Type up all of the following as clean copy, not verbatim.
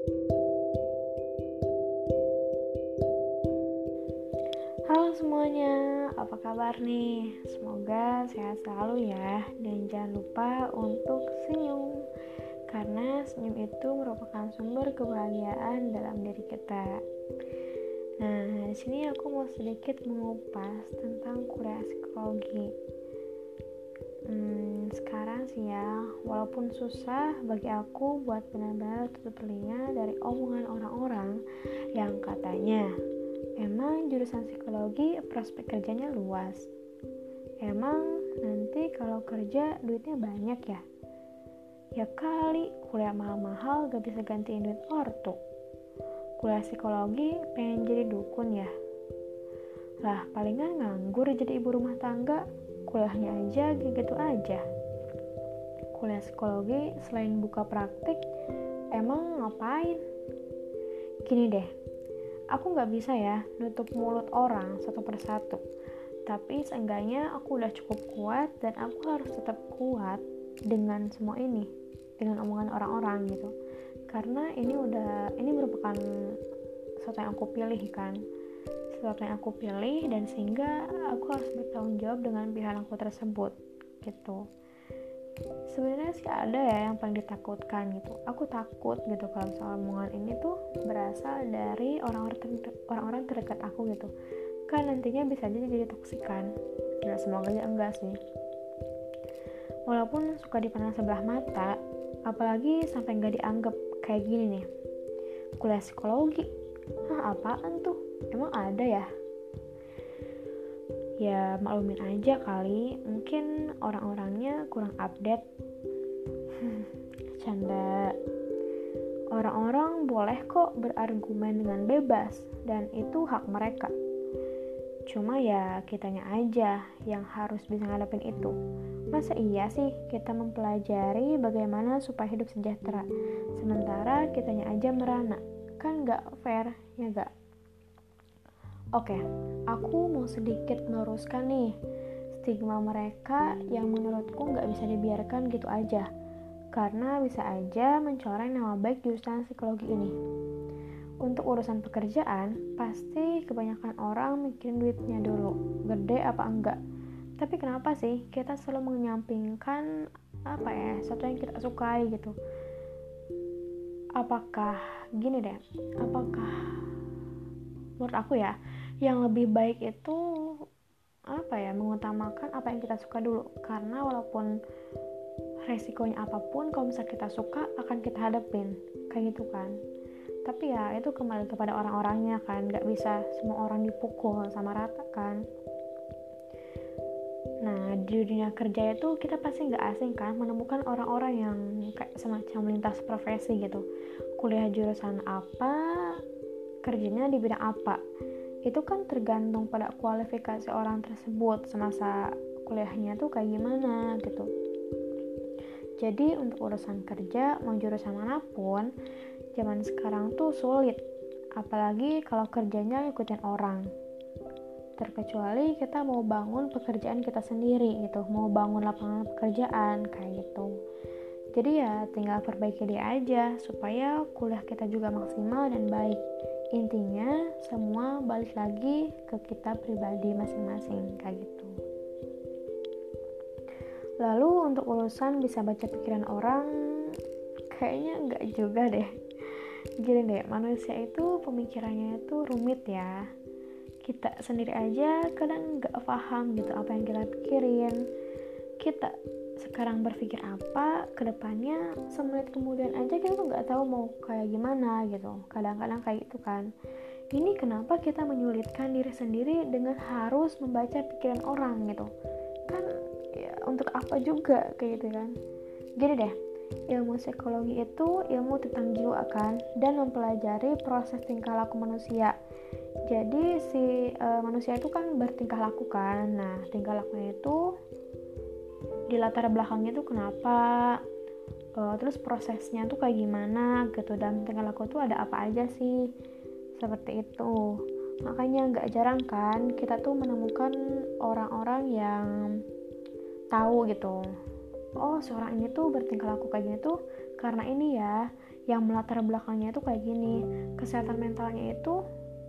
Halo semuanya, apa kabar nih? Semoga sehat selalu ya. Dan jangan lupa untuk senyum, karena senyum itu merupakan sumber kebahagiaan dalam diri kita. Nah, di sini aku mau sedikit mengupas tentang kuliah psikologi. Sekarang sih ya, walaupun susah bagi aku buat benar-benar tutup telinga dari omongan orang-orang yang katanya, emang jurusan psikologi prospek kerjanya luas. Emang nanti kalau kerja duitnya banyak ya? Ya kali, kuliah mahal-mahal gak bisa gantiin duit ortu. Kuliah psikologi pengen jadi dukun ya? Lah palingan nganggur jadi ibu rumah tangga, kuliahnya aja gitu aja. Kuliah psikologi selain buka praktik, emang ngapain? Gini deh, aku gak bisa ya nutup mulut orang satu persatu. Tapi seenggaknya aku udah cukup kuat dan aku harus tetap kuat dengan semua ini, dengan omongan orang-orang gitu. Karena ini merupakan sesuatu yang aku pilih kan. Sesuatu yang aku pilih dan sehingga aku harus bertanggung jawab dengan pilihan aku tersebut gitu. Sebenarnya sih ada ya yang paling ditakutkan gitu. Aku takut gitu kalau soal omongan ini tuh berasal dari orang-orang terdekat aku gitu. Kan nantinya bisa jadi toksikan. Nah, semoga aja enggak sih. Walaupun suka dipandang sebelah mata, apalagi sampai nggak dianggap kayak gini nih. Kuliah psikologi, apaan tuh? Emang ada ya? Ya maklumin aja kali, mungkin orang-orangnya kurang update. Canda. Orang-orang boleh kok berargumen dengan bebas, dan itu hak mereka. Cuma ya kitanya aja yang harus bisa ngadepin itu. Masa iya sih kita mempelajari bagaimana supaya hidup sejahtera, sementara kitanya aja merana? Kan gak fair, ya gak? Oke, aku mau sedikit meluruskan nih stigma mereka yang menurutku gak bisa dibiarkan gitu aja, karena bisa aja mencoreng nama baik jurusan psikologi ini. Untuk urusan pekerjaan, pasti kebanyakan orang mikirin duitnya dulu, gede apa enggak. Tapi kenapa sih kita selalu menyampingkan sesuatu yang kita sukai gitu? Apakah gini deh, menurut aku ya, yang lebih baik itu mengutamakan apa yang kita suka dulu, karena walaupun resikonya apapun, kalau misalnya kita suka akan kita hadapin kayak gitu kan. Tapi ya itu kembali kepada orang-orangnya kan, gak bisa semua orang dipukul sama rata kan. Nah, di dunia kerja itu kita pasti gak asing kan menemukan orang-orang yang kayak semacam lintas profesi gitu. Kuliah jurusan apa, kerjanya di bidang apa. Itu kan tergantung pada kualifikasi orang tersebut semasa kuliahnya tuh kayak gimana gitu. Jadi untuk urusan kerja mau jurusan manapun, zaman sekarang tuh sulit, apalagi kalau kerjanya ngikutin orang. Terkecuali kita mau bangun pekerjaan kita sendiri gitu, mau bangun lapangan pekerjaan kayak gitu. Jadi ya tinggal perbaiki dia aja supaya kuliah kita juga maksimal dan baik. Intinya semua balik lagi ke kita pribadi masing-masing kayak gitu. Lalu untuk urusan bisa baca pikiran orang, kayaknya enggak juga deh. Gini deh, manusia itu pemikirannya itu rumit ya. Kita sendiri aja kadang gak paham gitu apa yang kita pikirin. Kita sekarang berpikir apa, kedepannya semenit kemudian aja kita tuh gak tahu mau kayak gimana gitu. Kadang-kadang kayak gitu kan. Ini kenapa kita menyulitkan diri sendiri dengan harus membaca pikiran orang gitu. Kan ya untuk apa juga kayak gitu kan. Gini deh, ilmu psikologi itu ilmu tentang jiwa kan, dan mempelajari proses tingkah laku manusia. Jadi manusia itu kan bertingkah laku kan. Nah, tingkah lakunya itu di latar belakangnya tuh kenapa, terus prosesnya tuh kayak gimana gitu, dan tingkah laku tuh ada apa aja sih, seperti itu. Makanya gak jarang kan kita tuh menemukan orang-orang yang tahu gitu, oh seorang ini tuh bertingkah laku kayak gini tuh karena ini ya. yang melatar belakangnya itu kayak gini, kesehatan mentalnya itu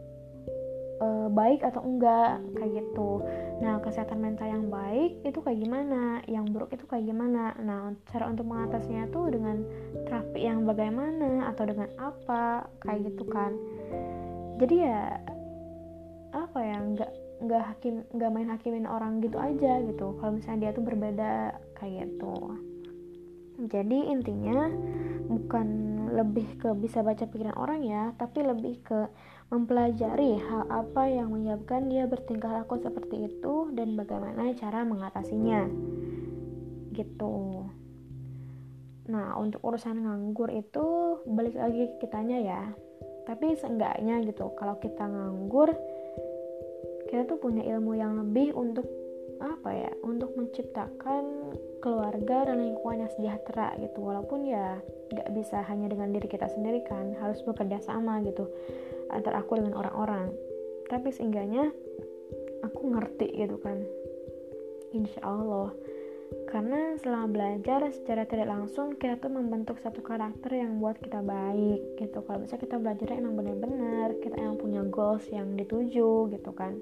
baik atau enggak, kayak gitu. Nah, kesehatan mental yang baik itu kayak gimana, yang buruk itu kayak gimana. Nah, cara untuk mengatasinya tuh dengan terapi yang bagaimana atau dengan apa, kayak gitu kan. Jadi ya apa ya, nggak main hakimin orang gitu aja gitu kalau misalnya dia tuh berbeda, kayak gitu. Jadi intinya bukan lebih ke bisa baca pikiran orang ya, tapi lebih ke mempelajari hal apa yang menyebabkan dia bertingkah laku seperti itu dan bagaimana cara mengatasinya gitu. Nah, untuk urusan nganggur itu balik lagi ke kitanya ya. Tapi seenggaknya gitu, kalau kita nganggur, kita tuh punya ilmu yang lebih untuk apa ya, untuk menciptakan keluarga dan lingkungan yang sejahtera gitu. Walaupun ya nggak bisa hanya dengan diri kita sendiri kan, harus bekerja sama gitu antara aku dengan orang-orang. Tapi seenggaknya aku ngerti gitu kan, insya Allah. Karena selama belajar secara tidak langsung kita tuh membentuk satu karakter yang buat kita baik gitu. Kalau bisa kita belajarnya emang benar-benar, kita emang punya goals yang dituju gitu kan.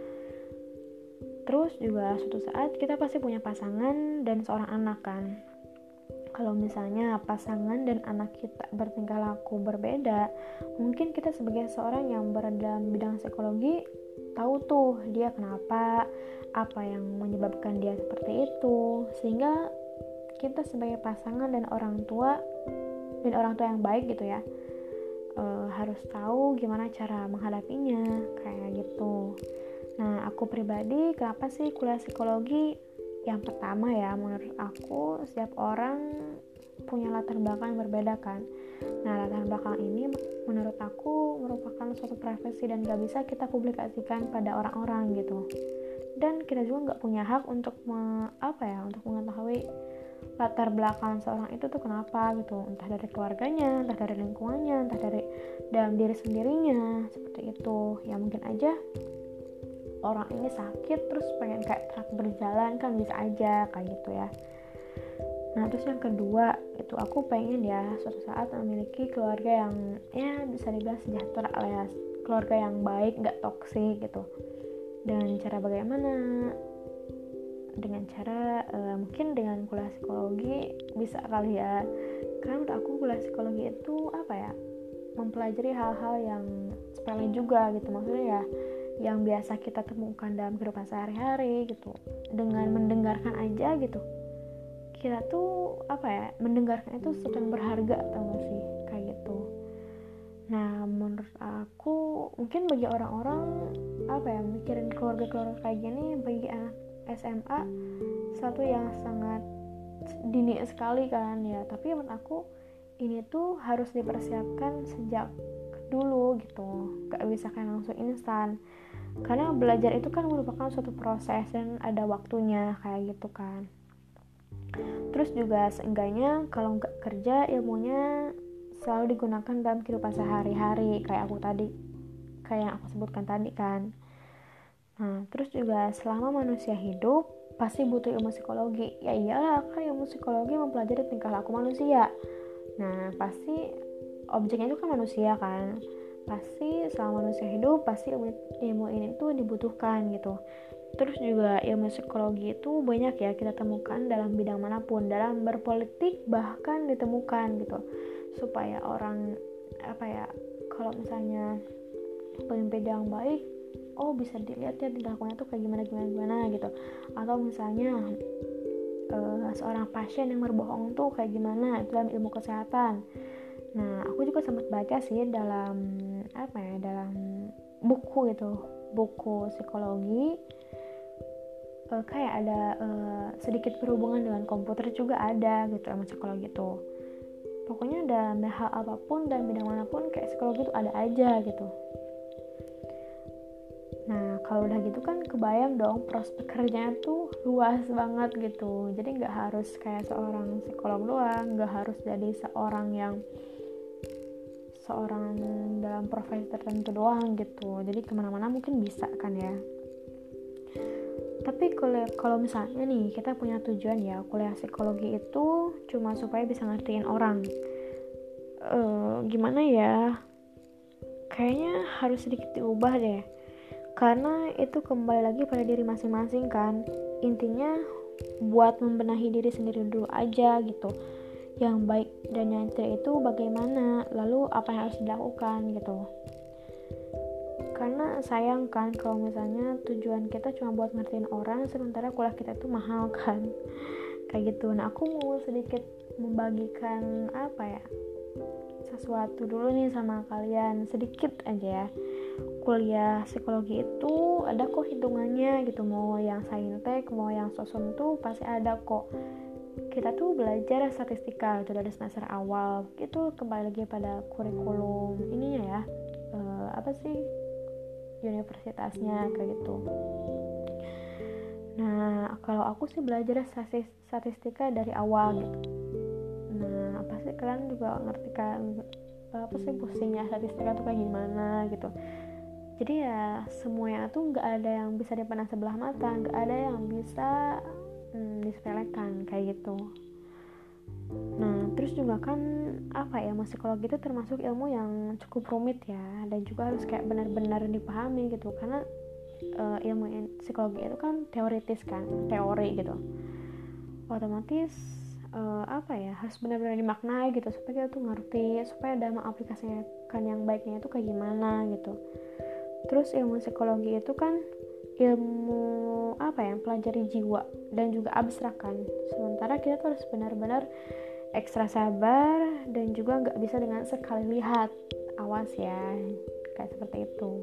Terus juga suatu saat kita pasti punya pasangan dan seorang anak kan. Kalau misalnya pasangan dan anak kita bertingkah laku berbeda, mungkin kita sebagai seorang yang berada dalam bidang psikologi tahu tuh dia kenapa, apa yang menyebabkan dia seperti itu, sehingga kita sebagai pasangan dan orang tua yang baik gitu ya, harus tahu gimana cara menghadapinya, kayak gitu. Nah, aku pribadi kenapa sih kuliah psikologi? Yang pertama ya, menurut aku setiap orang punya latar belakang yang berbeda kan. Nah, latar belakang ini menurut aku merupakan suatu profesi dan gak bisa kita publikasikan pada orang-orang gitu. Dan kita juga gak punya hak untuk untuk mengetahui latar belakang seorang itu tuh kenapa gitu, entah dari keluarganya, entah dari lingkungannya, entah dari dalam diri sendirinya, seperti itu. Ya mungkin aja orang ini sakit terus pengen kayak terapi berjalan kan, bisa aja kayak gitu ya. Nah, terus yang kedua itu aku pengen ya suatu saat memiliki keluarga yang ya bisa dibilang sejahtera lah ya, keluarga yang baik, gak toksik gitu. Dengan cara bagaimana? Dengan cara mungkin dengan kuliah psikologi bisa kali ya. Karena menurut aku kuliah psikologi itu mempelajari hal-hal yang sepele juga gitu, maksudnya ya yang biasa kita temukan dalam kehidupan sehari-hari gitu. Dengan mendengarkan aja gitu, kita tuh mendengarkan itu sesuatu yang berharga, tau gak sih, kayak gitu. Nah, menurut aku mungkin bagi orang-orang mikirin keluarga kayak gini bagi anak SMA satu yang sangat dini sekali kan ya. Tapi menurut aku ini tuh harus dipersiapkan sejak dulu gitu, gak bisa kayak langsung instan. Karena belajar itu kan merupakan suatu proses dan ada waktunya kayak gitu kan. Terus juga seenggaknya kalau nggak kerja, ilmunya selalu digunakan dalam kehidupan sehari-hari kayak yang aku sebutkan tadi kan. Nah, terus juga selama manusia hidup pasti butuh ilmu psikologi. Ya iyalah, kan ilmu psikologi mempelajari tingkah laku manusia. Nah, pasti objeknya itu kan manusia kan. Pasti selama manusia hidup pasti ilmu ini tuh dibutuhkan gitu. Terus juga ilmu psikologi itu banyak ya kita temukan dalam bidang manapun, dalam berpolitik bahkan ditemukan gitu, supaya orang kalau misalnya pemimpin yang baik, bisa dilihat ya tingkah lakunya tuh kayak gimana gitu. Atau misalnya seorang pasien yang berbohong tuh kayak gimana, itu dalam ilmu kesehatan. Nah, aku juga sempat baca sih dalam dalam buku psikologi, kayak ada sedikit berhubungan dengan komputer juga ada gitu ilmu psikologi itu. Pokoknya dalam hal apapun dan bidang manapun kayak psikologi itu ada aja gitu. Nah, kalau udah gitu kan kebayang dong prospek kerjanya tuh luas banget gitu. Jadi nggak harus kayak seorang psikolog doang, nggak harus jadi seorang dalam profesi tertentu doang gitu. Jadi kemana-mana mungkin bisa kan ya. Tapi kalau misalnya nih kita punya tujuan ya kuliah psikologi itu cuma supaya bisa ngertiin orang, gimana ya, kayaknya harus sedikit diubah deh, karena itu kembali lagi pada diri masing-masing kan. Intinya buat membenahi diri sendiri dulu aja gitu, yang baik dan yang tidak itu bagaimana, lalu apa yang harus dilakukan gitu. Karena sayang kan kalau misalnya tujuan kita cuma buat ngertiin orang, sementara kuliah kita itu mahal kan. Kayak gitu. Nah, aku mau sedikit membagikan sesuatu dulu nih sama kalian, sedikit aja ya. Kuliah psikologi itu ada kok hitungannya gitu, mau yang saintek mau yang sosum tuh pasti ada kok. Kita tuh belajar statistika itu dari semester awal, itu kembali lagi pada kurikulum ininya ya, universitasnya kayak gitu. Nah, kalau aku sih belajar statistika dari awal gitu. Nah, pasti kalian juga ngerti kan pusingnya statistika tuh kayak gimana gitu. Jadi ya semuanya tuh nggak ada yang bisa dipandang sebelah mata, nggak ada yang bisa disepelekan kayak gitu. Nah, terus juga kan ilmu psikologi itu termasuk ilmu yang cukup rumit ya, dan juga harus kayak benar-benar dipahami gitu, karena ilmu psikologi itu kan teoritis kan, teori gitu. Otomatis harus benar-benar dimaknai gitu supaya kita tuh ngerti, supaya ada mengaplikasikan yang baiknya itu kayak gimana gitu. Terus ilmu psikologi itu kan ilmu pelajari jiwa dan juga abstrak kan. Sementara kita tuh harus benar-benar ekstra sabar dan juga nggak bisa dengan sekali lihat. Awas ya, kayak seperti itu.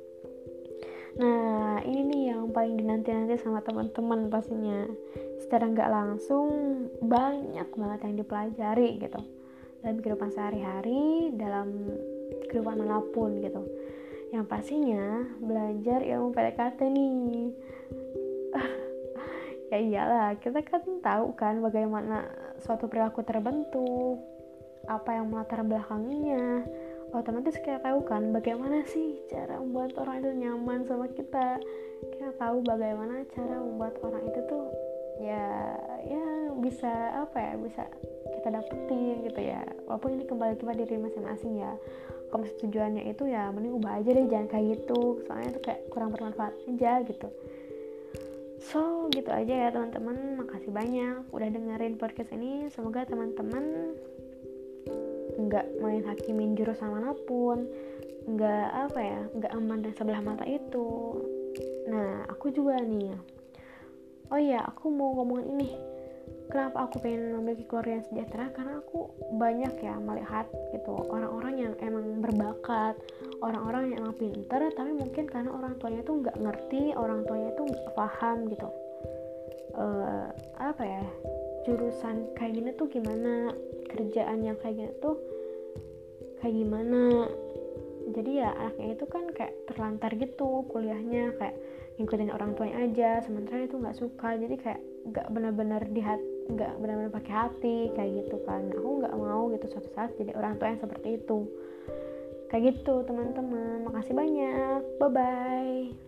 Nah, ini nih yang paling dinanti-nanti sama teman-teman pastinya. Secara nggak langsung banyak banget yang dipelajari gitu dalam kehidupan sehari-hari, dalam kehidupan manapun gitu. Yang pastinya belajar ilmu PDKT nih. Ya iyalah, kita kan tahu kan bagaimana suatu perilaku terbentuk, apa yang melatar belakanginya. Otomatis kita tahu kan bagaimana sih cara membuat orang itu nyaman sama kita. Kita tahu bagaimana cara membuat orang itu tuh ya bisa kita dapetin gitu ya. Walaupun ini kembali kepada diri masing-masing ya. Kalau tujuannya itu ya mending ubah aja deh, jangan kayak gitu, soalnya itu kayak kurang bermanfaat aja gitu. So gitu aja ya teman-teman, makasih banyak udah dengerin podcast ini. Semoga teman-teman nggak main hakimin jurusan manapun, nggak aman dan sebelah mata itu. Nah, aku juga nih, oh iya, aku mau ngomongin ini. Kenapa aku pengen memiliki keluarga yang sejahtera? Karena aku banyak ya melihat gitu orang-orang yang emang berbakat, orang-orang yang emang pintar, tapi mungkin karena orang tuanya tuh nggak ngerti, orang tuanya tuh nggak paham gitu. Jurusan kayak gini tuh gimana, kerjaan yang kayak gini tuh kayak gimana. Jadi ya anaknya itu kan kayak terlantar gitu kuliahnya, kayak ngikutin orang tuanya aja, sementara itu nggak suka. Jadi kayak nggak benar-benar pakai hati kayak gitu kan. Aku nggak mau gitu suatu saat jadi orang tua yang seperti itu. Kayak gitu teman-teman. Makasih banyak. Bye bye.